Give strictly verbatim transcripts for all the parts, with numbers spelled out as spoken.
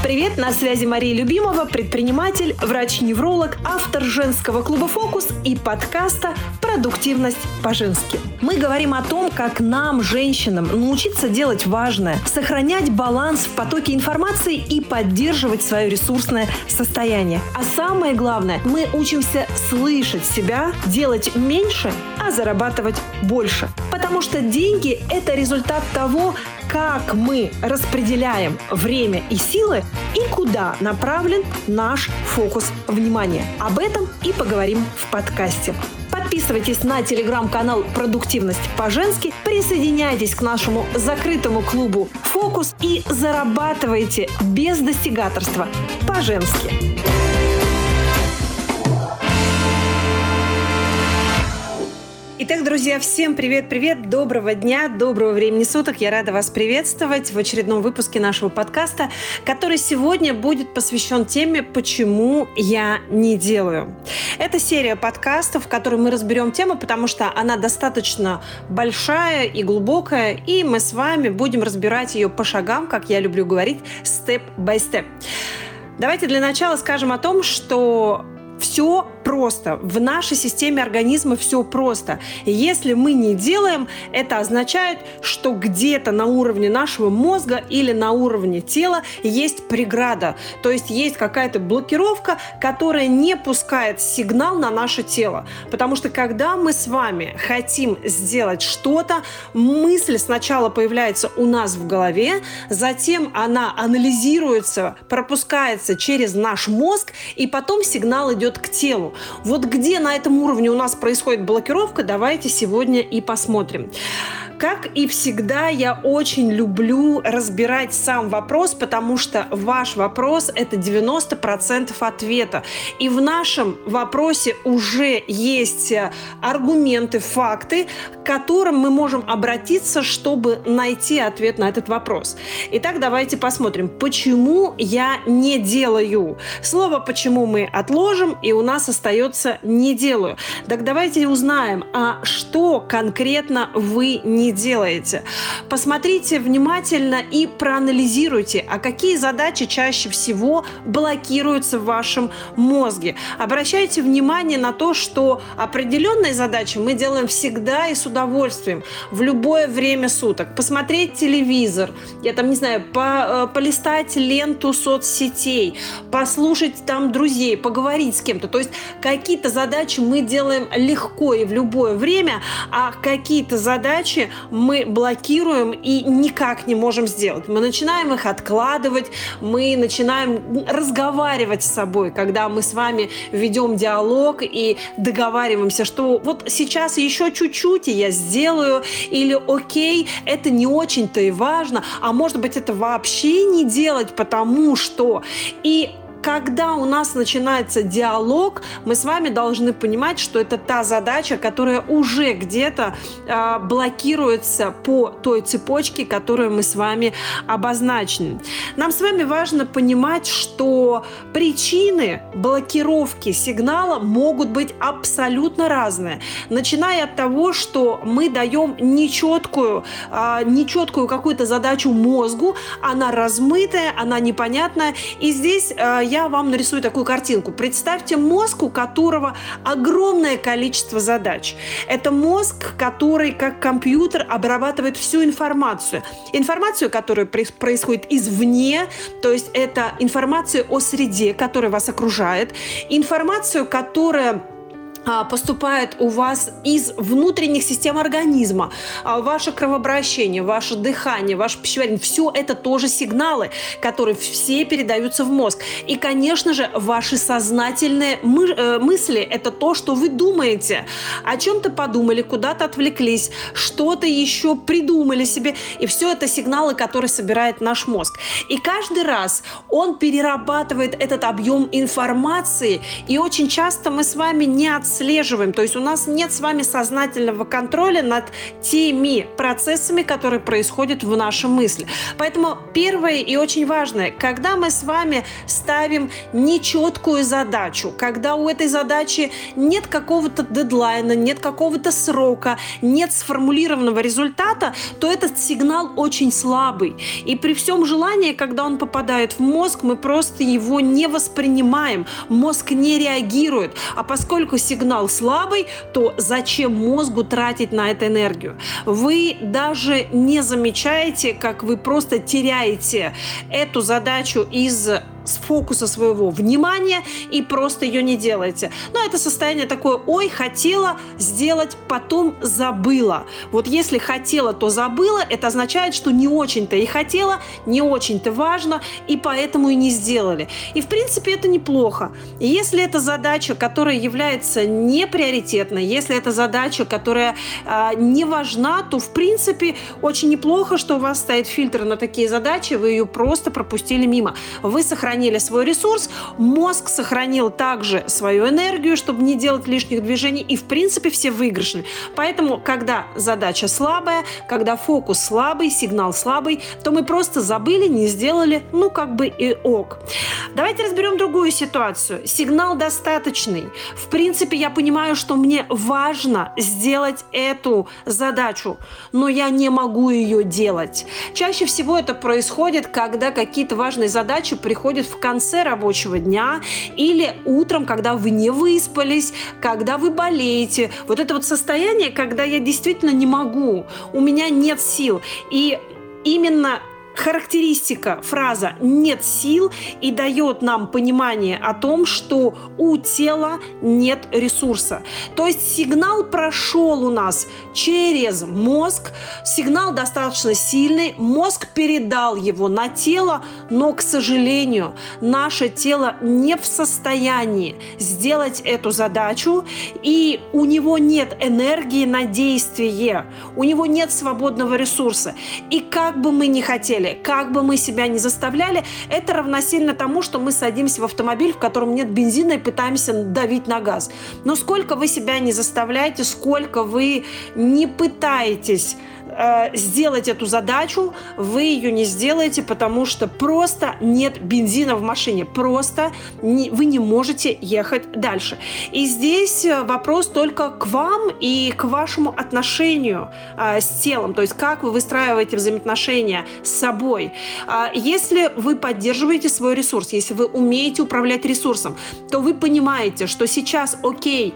привет! На связи Мария Любимова, предприниматель, врач-невролог, автор женского клуба «Фокус» и подкаста «Продуктивность по-женски». Мы говорим о том, как нам, женщинам, научиться делать важное, сохранять баланс в потоке информации и поддерживать свое ресурсное состояние. А самое главное, мы учимся слышать себя, делать меньше, а зарабатывать больше. Потому что деньги – это результат того, как мы распределяем время и силы и куда направлен наш фокус внимания. Об этом и поговорим в подкасте. Подписывайтесь на телеграм-канал «Продуктивность по-женски», присоединяйтесь к нашему закрытому клубу «Фокус» и зарабатывайте без достигаторства по-женски. Итак, друзья, всем привет-привет, доброго дня, доброго времени суток. Я рада вас приветствовать в очередном выпуске нашего подкаста, который сегодня будет посвящен теме «Почему я не делаю?». Это серия подкастов, в которой мы разберем тему, потому что она достаточно большая и глубокая, и мы с вами будем разбирать ее по шагам, как я люблю говорить, степ-бай-степ. Давайте для начала скажем о том, что все просто. В нашей системе организма все просто. И если мы не делаем, это означает, что где-то на уровне нашего мозга или на уровне тела есть преграда. То есть есть какая-то блокировка, которая не пускает сигнал на наше тело. Потому что когда мы с вами хотим сделать что-то, мысль сначала появляется у нас в голове, затем она анализируется, пропускается через наш мозг, и потом сигнал идет к телу. Вот где на этом уровне у нас происходит блокировка, давайте сегодня и посмотрим. Как и всегда, я очень люблю разбирать сам вопрос, потому что ваш вопрос – это девяносто процентов ответа. И в нашем вопросе уже есть аргументы, факты, к которым мы можем обратиться, чтобы найти ответ на этот вопрос. Итак, давайте посмотрим, почему я не делаю. Слово «почему» мы отложим, и у нас остается «не делаю». Так давайте узнаем, а что конкретно вы не делаете. Посмотрите внимательно и проанализируйте, а какие задачи чаще всего блокируются в вашем мозге. Обращайте внимание на то, что определенные задачи мы делаем всегда и с удовольствием, в любое время суток. Посмотреть телевизор, я там не знаю, по, полистать ленту соцсетей, послушать там друзей, поговорить с кем-то. То есть какие-то задачи мы делаем легко и в любое время, а какие-то задачи мы блокируем и никак не можем сделать. Мы начинаем их откладывать, мы начинаем разговаривать с собой, когда мы с вами ведем диалог и договариваемся, что вот сейчас еще чуть-чуть, и я сделаю, или окей, это не очень-то и важно, а может быть это вообще не делать, потому что... И когда у нас начинается диалог, мы с вами должны понимать, что это та задача, которая уже где-то э, блокируется по той цепочке, которую мы с вами обозначили. Нам с вами важно понимать, что причины блокировки сигнала могут быть абсолютно разные. Начиная от того, что мы даем нечеткую, э, нечеткую какую-то задачу мозгу, она размытая, она непонятная. И здесь э, я вам нарисую такую картинку. Представьте мозг, у которого огромное количество задач. Это мозг, который, как компьютер, обрабатывает всю информацию. Информацию, которая происходит извне, то есть это информация о среде, которая вас окружает, информацию, которая поступает у вас из внутренних систем организма, ваше кровообращение, ваше дыхание, ваше пищеварение, все это тоже сигналы, которые все передаются в мозг. И, конечно же, ваши сознательные мы- мысли – это то, что вы думаете. О чем-то подумали, куда-то отвлеклись, что-то еще придумали себе. И все это сигналы, которые собирает наш мозг. И каждый раз он перерабатывает этот объем информации, и очень часто мы с вами не оцениваем отслеживаем. То есть у нас нет с вами сознательного контроля над теми процессами, которые происходят в нашей мысли. Поэтому первое и очень важное, когда мы с вами ставим нечеткую задачу, когда у этой задачи нет какого-то дедлайна, нет какого-то срока, нет сформулированного результата, то этот сигнал очень слабый. И при всем желании, когда он попадает в мозг, мы просто его не воспринимаем. Мозг не реагирует. А поскольку сигнал слабый, то зачем мозгу тратить на это энергию? Вы даже не замечаете, как вы просто теряете эту задачу из с фокуса своего внимания и просто ее не делаете. Но это состояние такое: ой, хотела сделать, потом забыла. Вот если хотела, то забыла, это означает, что не очень-то и хотела, не очень-то важно, и поэтому и не сделали. И в принципе это неплохо. Если это задача, которая является неприоритетной, если это задача, которая э, не важна, то в принципе очень неплохо, что у вас стоит фильтр на такие задачи, вы ее просто пропустили мимо. Вы сохранили свой ресурс, мозг сохранил также свою энергию, чтобы не делать лишних движений, и в принципе все выигрышны. Поэтому, когда задача слабая, когда фокус слабый, сигнал слабый, то мы просто забыли, не сделали, ну как бы и ок. Давайте разберем другую ситуацию. Сигнал достаточный. В принципе, я понимаю, что мне важно сделать эту задачу, но я не могу ее делать. Чаще всего это происходит, когда какие-то важные задачи приходят в конце рабочего дня или утром, когда вы не выспались, когда вы болеете. Вот это вот состояние, когда я действительно не могу, у меня нет сил. И именно характеристика, фраза «нет сил» и дает нам понимание о том, что у тела нет ресурса. То есть сигнал прошел у нас через мозг, сигнал достаточно сильный, мозг передал его на тело, но, к сожалению, наше тело не в состоянии сделать эту задачу, и у него нет энергии на действие, у него нет свободного ресурса. И как бы мы ни хотели, как бы мы себя ни заставляли, это равносильно тому, что мы садимся в автомобиль, в котором нет бензина, и пытаемся давить на газ. Но сколько вы себя не заставляете, сколько вы не пытаетесь э, сделать эту задачу, вы ее не сделаете, потому что просто нет бензина в машине, просто не, вы не можете ехать дальше. И здесь вопрос только к вам и к вашему отношению э, с телом, то есть как вы выстраиваете взаимоотношения с собой. Э, если вы поддерживаете свой ресурс, если вы умеете управлять ресурсом, то вы понимаете, что сейчас окей,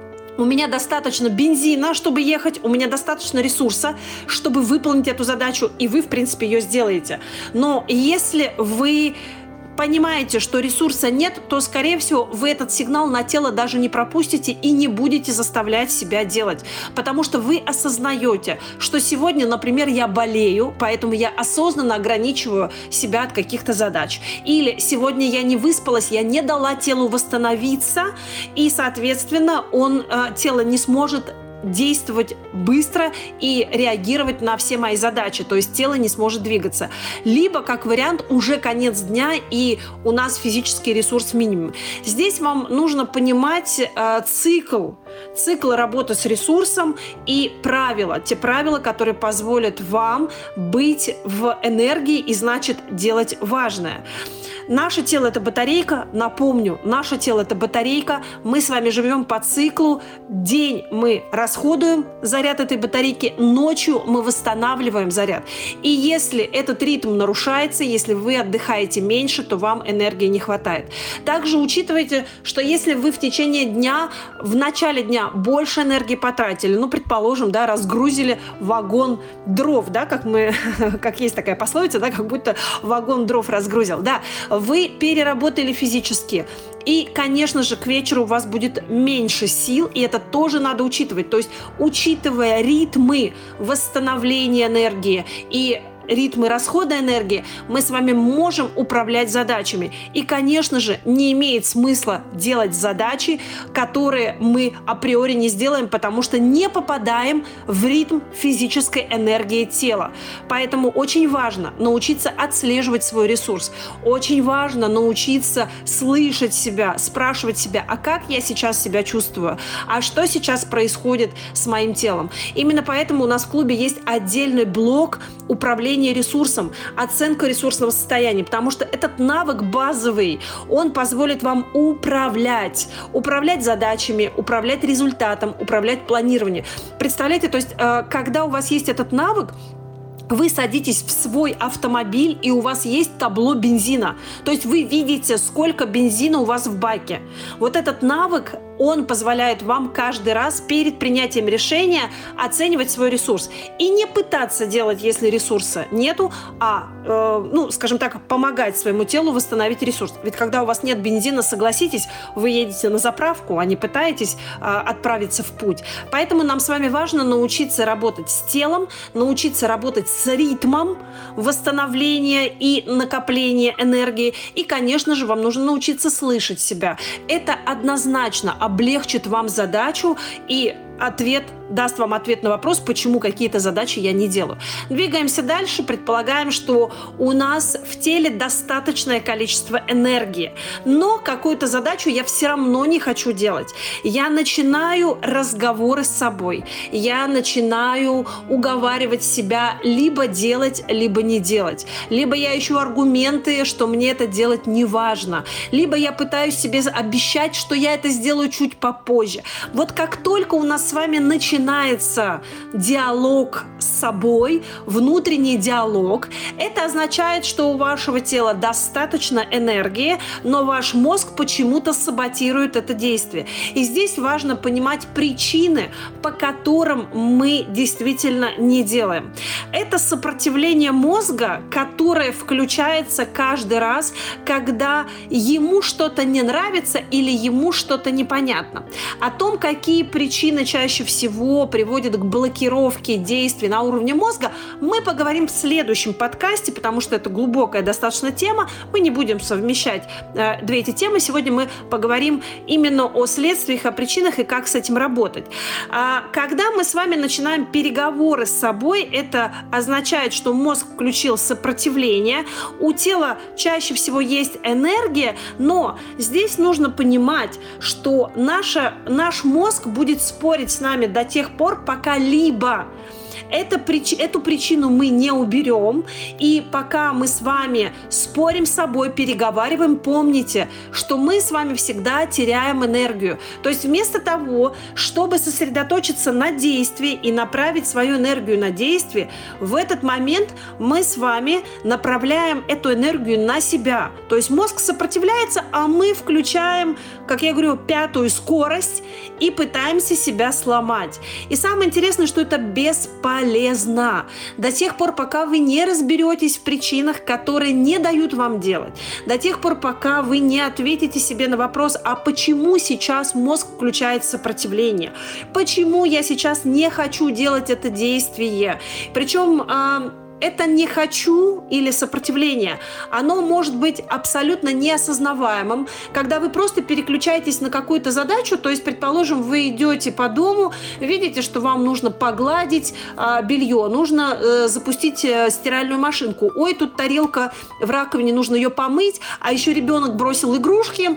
у меня достаточно бензина, чтобы ехать, у меня достаточно ресурса, чтобы выполнить эту задачу, и вы, в принципе, ее сделаете. Но если вы понимаете, что ресурса нет, то, скорее всего, вы этот сигнал на тело даже не пропустите и не будете заставлять себя делать. Потому что вы осознаете, что сегодня, например, я болею, поэтому я осознанно ограничиваю себя от каких-то задач. Или сегодня я не выспалась, я не дала телу восстановиться, и, соответственно, он, тело не сможет действовать быстро и реагировать на все мои задачи, то есть тело не сможет двигаться. Либо, как вариант, уже конец дня, и у нас физический ресурс минимум. Здесь вам нужно понимать э, цикл, цикл работы с ресурсом и правила, те правила, которые позволят вам быть в энергии и, значит, делать важное. Наше тело – это батарейка, напомню, наше тело – это батарейка, мы с вами живем по циклу, день мы расходуем заряд этой батарейки, ночью мы восстанавливаем заряд. И если этот ритм нарушается, если вы отдыхаете меньше, то вам энергии не хватает. Также учитывайте, что если вы в течение дня, в начале дня больше энергии потратили, ну, предположим, да, разгрузили вагон дров, да, как мы, как есть такая пословица, да, как будто вагон дров разгрузил, да, вы переработали физически. И, конечно же, к вечеру у вас будет меньше сил, и это тоже надо учитывать. То есть, учитывая ритмы восстановления энергии и ритмы расхода энергии, мы с вами можем управлять задачами. И, конечно же, не имеет смысла делать задачи, которые мы априори не сделаем, потому что не попадаем в ритм физической энергии тела. Поэтому очень важно научиться отслеживать свой ресурс. Очень важно научиться слышать себя, спрашивать себя, а как я сейчас себя чувствую? А что сейчас происходит с моим телом? Именно поэтому у нас в клубе есть отдельный блок управления ресурсом, оценка ресурсного состояния, потому что этот навык базовый, он позволит вам управлять, управлять задачами, управлять результатом, управлять планированием. Представляете, то есть, когда у вас есть этот навык, вы садитесь в свой автомобиль, и у вас есть табло бензина. То есть вы видите, сколько бензина у вас в баке. Вот этот навык, он позволяет вам каждый раз перед принятием решения оценивать свой ресурс. И не пытаться делать, если ресурса нету, а, э, ну, скажем так, помогать своему телу восстановить ресурс. Ведь когда у вас нет бензина, согласитесь, вы едете на заправку, а не пытаетесь э, отправиться в путь. Поэтому нам с вами важно научиться работать с телом, научиться работать с ритмом восстановления и накопления энергии. И, конечно же, вам нужно научиться слышать себя. Это однозначно облегчит вам задачу и ответ, даст вам ответ на вопрос, почему какие-то задачи я не делаю. Двигаемся дальше. Предполагаем, что у нас в теле достаточное количество энергии, но какую-то задачу я все равно не хочу делать. Я начинаю разговоры с собой. Я начинаю уговаривать себя либо делать, либо не делать. Либо я ищу аргументы, что мне это делать не важно. Либо я пытаюсь себе обещать, что я это сделаю чуть попозже. Вот как только у нас с вами начинается диалог с собой, внутренний диалог, это означает, что у вашего тела достаточно энергии, но ваш мозг почему-то саботирует это действие. И здесь важно понимать причины, по которым мы действительно не делаем. Это сопротивление мозга, которое включается каждый раз, когда ему что-то не нравится или ему что-то непонятно. О том, какие причины чаще всего приводят к блокировке действий на уровне мозга, мы поговорим в следующем подкасте, потому что это глубокая достаточно тема. Мы не будем совмещать э, две эти темы. Сегодня мы поговорим именно о следствиях, о причинах и как с этим работать. А, когда мы с вами начинаем переговоры с собой, это означает, что мозг включил сопротивление. У тела чаще всего есть энергия, но здесь нужно понимать, что наша, наш мозг будет спорить с нами до тех пор, пока либо Это, эту причину мы не уберем, и пока мы с вами спорим с собой, переговариваем, помните, что мы с вами всегда теряем энергию. То есть вместо того, чтобы сосредоточиться на действии и направить свою энергию на действие, в этот момент мы с вами направляем эту энергию на себя. То есть мозг сопротивляется, а мы включаем, как я говорю, пятую скорость и пытаемся себя сломать. И самое интересное, что это бесполезно. Полезно. До тех пор, пока вы не разберетесь в причинах, которые не дают вам делать. До тех пор, пока вы не ответите себе на вопрос, а почему сейчас мозг включает сопротивление? Почему я сейчас не хочу делать это действие? Причем э, это «не хочу» или сопротивление, оно может быть абсолютно неосознаваемым, когда вы просто переключаетесь на какую-то задачу, то есть, предположим, вы идете по дому, видите, что вам нужно погладить а, белье, нужно а, запустить а, стиральную машинку, ой, тут тарелка в раковине, нужно ее помыть, а еще ребенок бросил игрушки,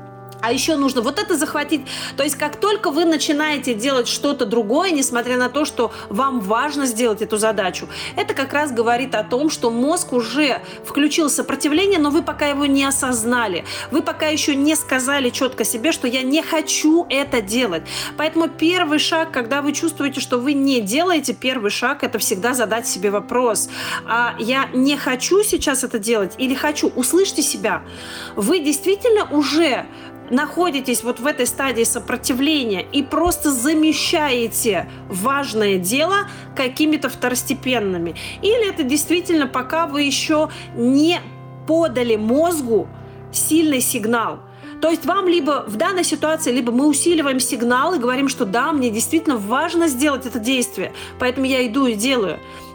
а еще нужно вот это захватить. То есть как только вы начинаете делать что-то другое, несмотря на то, что вам важно сделать эту задачу, это как раз говорит о том, что мозг уже включил сопротивление, но вы пока его не осознали. Вы пока еще не сказали четко себе, что я не хочу это делать. Поэтому первый шаг, когда вы чувствуете, что вы не делаете, первый шаг — это всегда задать себе вопрос. А я не хочу сейчас это делать или хочу? Услышьте себя. Вы действительно уже находитесь вот в этой стадии сопротивления и просто замещаете важное дело какими-то второстепенными. Или это действительно пока вы еще не подали мозгу сильный сигнал. То есть вам либо в данной ситуации, либо мы усиливаем сигнал и говорим, что да, мне действительно важно сделать это действие, поэтому я иду и делаю.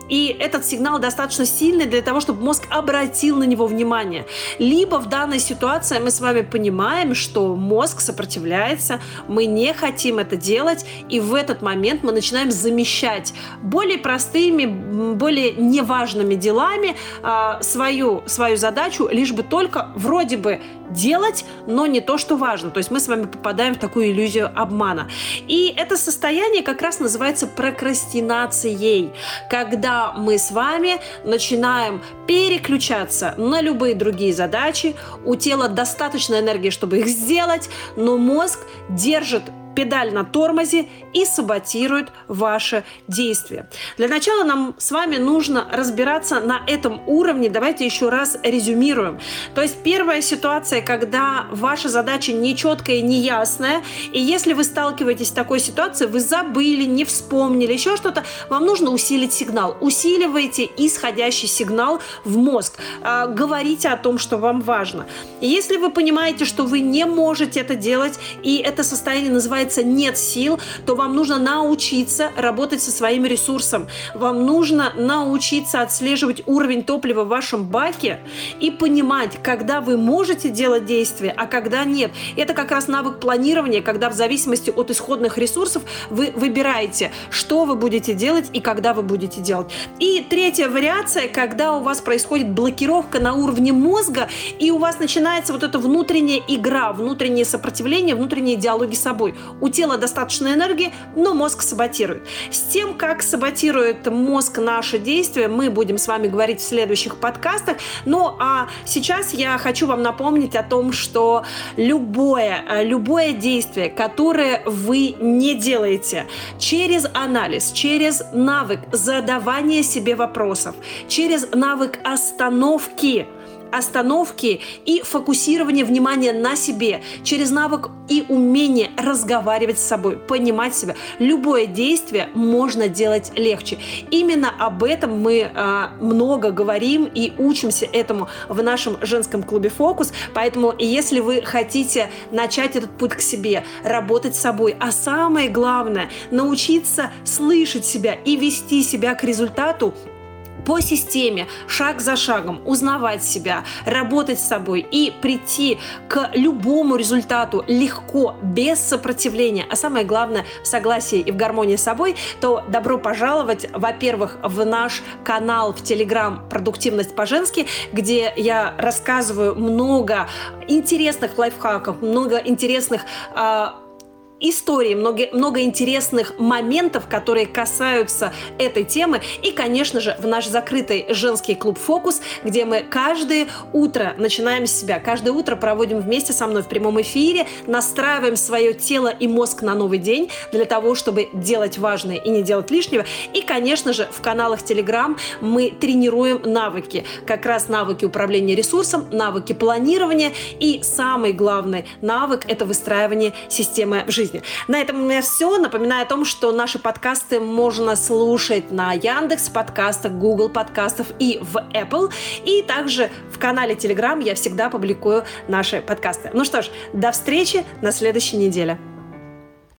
и этот сигнал достаточно сильный для того, чтобы мозг обратил на него внимание. Либо в данной ситуации мы с вами понимаем, что мозг сопротивляется, мы не хотим это делать, и в этот момент мы начинаем замещать более простыми, более неважными делами а, свою, свою задачу, лишь бы только вроде бы делать, но не то, что важно. То есть мы с вами попадаем в такую иллюзию обмана. И это состояние как раз называется прокрастинацией, когда мы с вами начинаем переключаться на любые другие задачи, у тела достаточно энергии, чтобы их сделать, но мозг держит педаль на тормозе и саботирует ваши действия. Для начала нам с вами нужно разбираться на этом уровне. Давайте еще раз резюмируем. То есть первая ситуация, когда ваша задача нечеткая, неясная, и если вы сталкиваетесь с такой ситуацией, вы забыли, не вспомнили, еще что-то, вам нужно усилить сигнал. Усиливайте исходящий сигнал в мозг. Говорите о том, что вам важно. И если вы понимаете, что вы не можете это делать, и это состояние называется «нет сил», то вам нужно научиться работать со своим ресурсом. Вам нужно научиться отслеживать уровень топлива в вашем баке и понимать, когда вы можете делать действия, а когда нет. Это как раз навык планирования, когда в зависимости от исходных ресурсов вы выбираете, что вы будете делать и когда вы будете делать. И третья вариация, когда у вас происходит блокировка на уровне мозга, и у вас начинается вот эта внутренняя игра, внутреннее сопротивление, внутренние диалоги с собой. У тела достаточно энергии, но мозг саботирует. С тем, как саботирует мозг наши действия, мы будем с вами говорить в следующих подкастах. Ну, а сейчас я хочу вам напомнить о том, что любое, любое действие, которое вы не делаете через анализ, через навык задавания себе вопросов, через навык остановки, остановки и фокусирование внимания на себе, через навык и умение разговаривать с собой, понимать себя. Любое действие можно делать легче. Именно об этом мы э, много говорим и учимся этому в нашем женском клубе «Фокус». Поэтому, если вы хотите начать этот путь к себе, работать с собой, а самое главное, научиться слышать себя и вести себя к результату, по системе, шаг за шагом, узнавать себя, работать с собой и прийти к любому результату легко, без сопротивления, а самое главное, в согласии и в гармонии с собой, то добро пожаловать, во-первых, в наш канал в Telegram «Продуктивность по-женски», где я рассказываю много интересных лайфхаков, много интересных э, истории, много, много интересных моментов, которые касаются этой темы. И, конечно же, в наш закрытый женский клуб «Фокус», где мы каждое утро начинаем с себя. Каждое утро проводим вместе со мной в прямом эфире, настраиваем свое тело и мозг на новый день для того, чтобы делать важное и не делать лишнего. И, конечно же, в каналах Telegram мы тренируем навыки. Как раз навыки управления ресурсом, навыки планирования и самый главный навык – это выстраивание системы в жизни. На этом у меня все. Напоминаю о том, что наши подкасты можно слушать на Яндекс подкастах, Google подкастов и в Apple. И также в канале Telegram я всегда публикую наши подкасты. Ну что ж, до встречи на следующей неделе.